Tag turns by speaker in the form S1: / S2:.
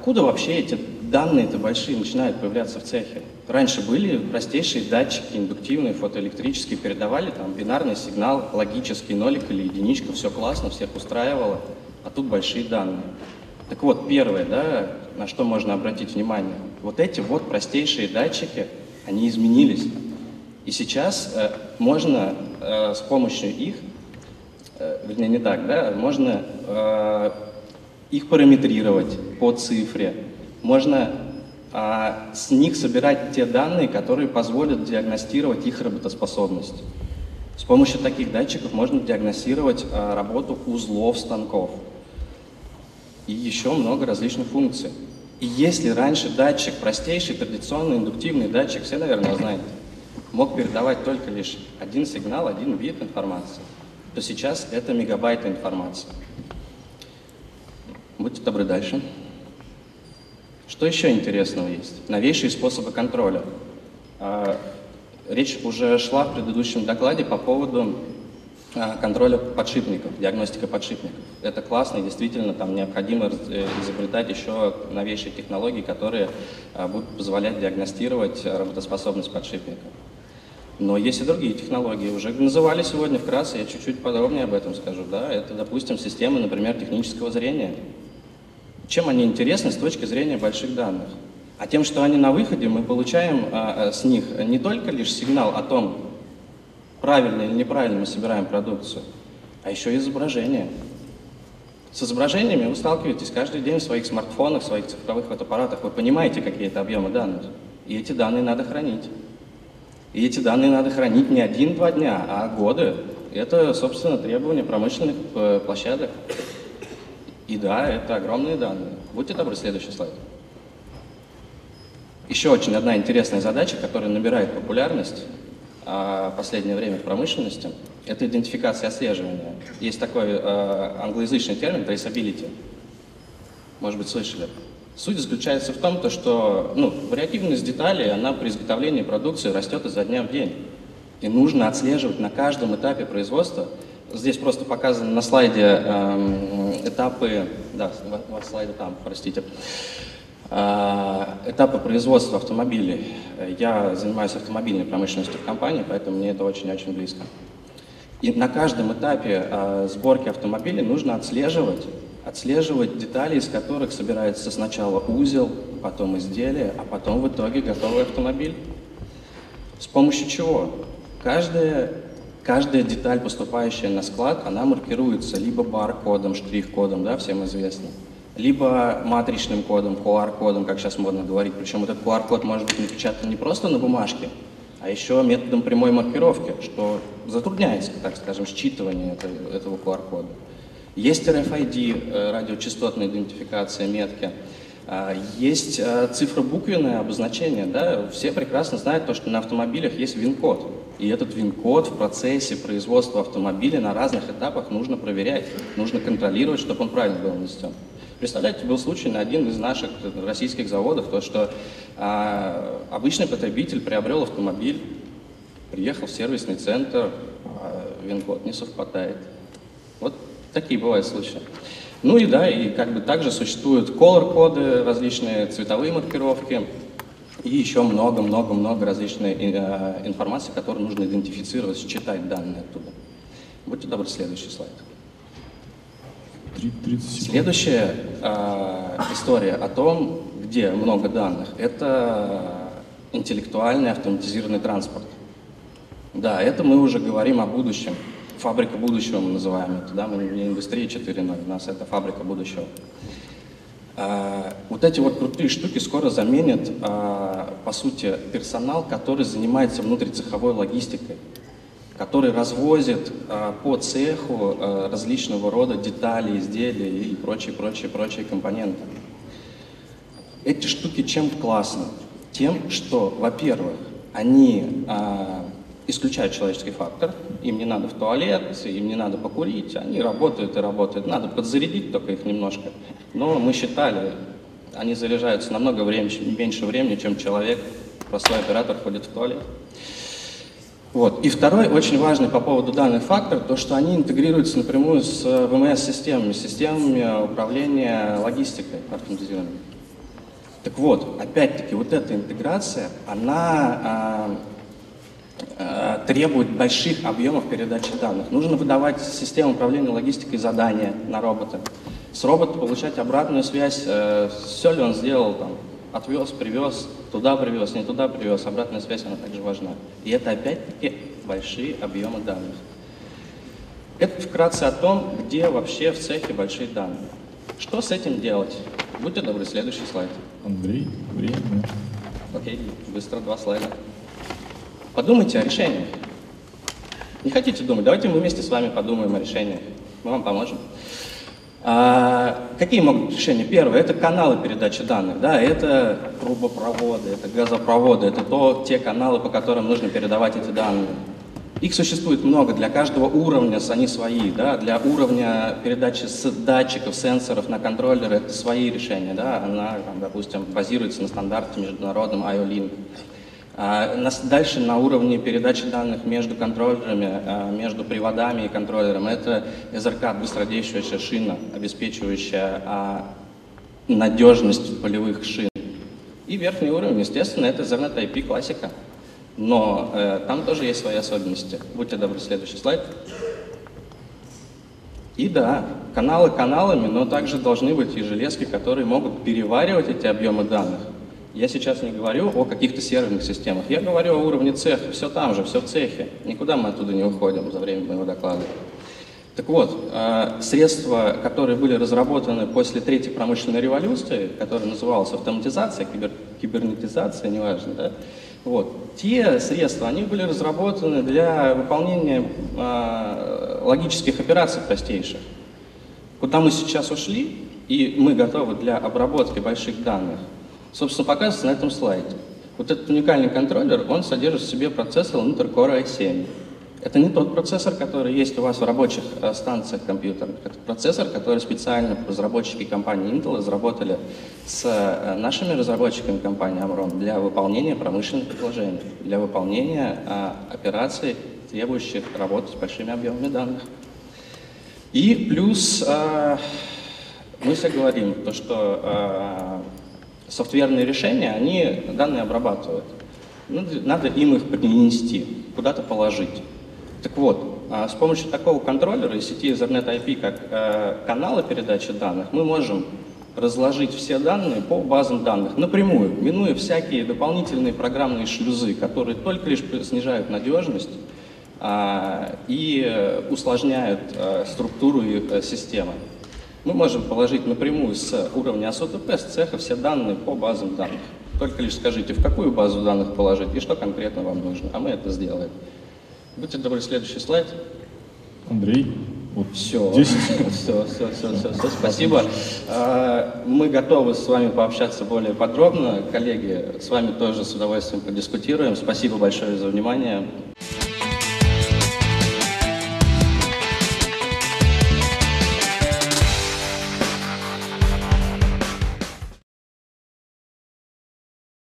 S1: откуда вообще эти данные-то большие начинают появляться в цехе? Раньше были простейшие датчики, индуктивные, фотоэлектрические, передавали там бинарный сигнал, логический, нолик или единичка, все классно, всех устраивало, а тут большие данные. Так вот, первое, да, на что можно обратить внимание, вот эти вот простейшие датчики, они изменились. И сейчас можно с помощью их, вернее не так, да, можно их параметрировать по цифре, можно с них собирать те данные, которые позволят диагностировать их работоспособность. С помощью таких датчиков можно диагностировать работу узлов станков. И еще много различных функций. И если раньше датчик, простейший, традиционный, индуктивный датчик, все, наверное, знаете, мог передавать только лишь один сигнал, один бит информации, то сейчас это мегабайты информации. Будьте добры, дальше. Что еще интересного есть? Новейшие способы контроля. Речь уже шла в предыдущем докладе по поводу контроля подшипников, диагностика подшипников. Это классно, и действительно там необходимо изобретать еще новейшие технологии, которые будут позволять диагностировать работоспособность подшипников. Но есть и другие технологии, уже называли сегодня вкратце, я чуть-чуть подробнее об этом скажу. Да? Это, допустим, системы, например, технического зрения. Чем они интересны с точки зрения больших данных? А тем, что они на выходе, мы получаем с них не только лишь сигнал о том, правильно или неправильно мы собираем продукцию, а еще и изображение. С изображениями вы сталкиваетесь каждый день в своих смартфонах, в своих цифровых фотоаппаратах. Вы понимаете, какие это объемы данных. И эти данные надо хранить. И эти данные надо хранить не 1-2 дня, а годы. Это, собственно, требования промышленных площадок. И да, это огромные данные. Будьте добры, следующий слайд. Еще очень одна интересная задача, которая набирает популярность в последнее время в промышленности, это идентификация и отслеживание. Есть такой англоязычный термин traceability. Может быть, слышали. Суть заключается в том, что вариативность деталей, она при изготовлении продукции растет изо дня в день. И нужно отслеживать на каждом этапе производства. Здесь просто показаны на слайде этапы, да, у вас слайды там, простите, этапы производства автомобилей. Я занимаюсь автомобильной промышленностью в компании, поэтому мне это очень-очень близко. И на каждом этапе сборки автомобиля нужно отслеживать детали, из которых собирается сначала узел, потом изделие, а потом в итоге готовый автомобиль. С помощью чего? Каждая деталь, поступающая на склад, она маркируется либо бар-кодом, штрих-кодом, да, всем известно, либо матричным кодом, QR-кодом, как сейчас модно говорить. Причем этот QR-код может быть напечатан не просто на бумажке, а еще методом прямой маркировки, что затрудняется, так скажем, считывание этого QR-кода. Есть RFID, радиочастотная идентификация, метки. Есть цифробуквенное обозначение. Да? Все прекрасно знают, что на автомобилях есть ВИН-код. И этот ВИН-код в процессе производства автомобиля на разных этапах нужно проверять, нужно контролировать, чтобы он правильно был нанесен. Представляете, был случай на один из наших российских заводов, что обычный потребитель приобрел автомобиль, приехал в сервисный центр, ВИН-код не совпадает. Вот такие бывают случаи. Ну и да, и также существуют color-коды, различные цветовые маркировки и еще много-много-много различной информации, которую нужно идентифицировать, считать данные оттуда. Будьте добры, следующий слайд.
S2: 30 секунд.
S1: Следующая история о том, где много данных, это интеллектуальный автоматизированный транспорт. Да, это мы уже говорим о будущем. Фабрика будущего мы называем это, да, мы не индустрия 4.0, у нас это фабрика будущего. Вот эти вот крутые штуки скоро заменят, по сути, персонал, который занимается внутрицеховой логистикой, который развозит по цеху различного рода детали, изделия и прочие компоненты. Эти штуки чем классны? Тем, что, во-первых, они исключают человеческий фактор, им не надо в туалет, им не надо покурить, они работают и работают. Надо подзарядить только их немножко. Но мы считали, они заряжаются намного меньше времени, чем человек, простой оператор ходит в туалет. Вот. И второй, очень важный по поводу данных фактор, то, что они интегрируются напрямую с ВМС-системами, системами управления логистикой автоматизированной. Так вот, опять-таки, вот эта интеграция, она требует больших объемов передачи данных. Нужно выдавать систему управления логистикой задания на робота. С робота получать обратную связь, все ли он сделал, там, отвез, привез, туда привез, не туда привез. Обратная связь, она также важна. И это опять-таки большие объемы данных. Это вкратце о том, где вообще в цехе большие данные. Что с этим делать? Будьте добры, следующий слайд.
S2: Андрей, время.
S1: Окей, быстро 2 слайда. Подумайте о решениях. Не хотите думать? Давайте мы вместе с вами подумаем о решениях. Мы вам поможем. Какие могут быть решения? Первое – это каналы передачи данных. Да, это трубопроводы, это газопроводы, это те каналы, по которым нужно передавать эти данные. Их существует много, для каждого уровня они свои. Да? Для уровня передачи с датчиков, сенсоров на контроллеры это свои решения. Да? Она, допустим, базируется на стандарте международном IO-Link. Дальше на уровне передачи данных между контроллерами, между приводами и контроллером, это СРК, быстродействующая шина, обеспечивающая надежность полевых шин. И верхний уровень, естественно, это Ethernet IP классика. Но там тоже есть свои особенности. Будьте добры, следующий слайд. И да, каналы каналами, но также должны быть и железки, которые могут переваривать эти объемы данных. Я сейчас не говорю о каких-то серверных системах, я говорю о уровне цеха, все там же, все в цехе. Никуда мы оттуда не уходим за время моего доклада. Так вот, средства, которые были разработаны после третьей промышленной революции, которая называлась автоматизация, кибернетизация, неважно, да? Вот. Те средства, они были разработаны для выполнения логических операций простейших. Куда мы сейчас ушли, и мы готовы для обработки больших данных, собственно, показывается на этом слайде. Вот этот уникальный контроллер, он содержит в себе процессор Intel Core i7. Это не тот процессор, который есть у вас в рабочих станциях компьютерных. Это процессор, который специально разработчики компании Intel разработали с нашими разработчиками компании Amron для выполнения промышленных предложений, для выполнения операций, требующих работы с большими объемами данных. И плюс мы все говорим, что софтверные решения, они данные обрабатывают. Надо им их принести, куда-то положить. Так вот, с помощью такого контроллера и сети Ethernet IP, как каналы передачи данных, мы можем разложить все данные по базам данных напрямую, минуя всякие дополнительные программные шлюзы, которые только лишь снижают надежность и усложняют структуру системы. Мы можем положить напрямую с уровня АСУТП, с цеха, все данные по базам данных. Только лишь скажите, в какую базу данных положить и что конкретно вам нужно, а мы это сделаем. Будьте добры, следующий слайд.
S2: Андрей, вот
S1: все.
S2: 10 секунд.
S1: Все, спасибо. Мы готовы с вами пообщаться более подробно. Коллеги, с вами тоже с удовольствием подискутируем. Спасибо большое за внимание.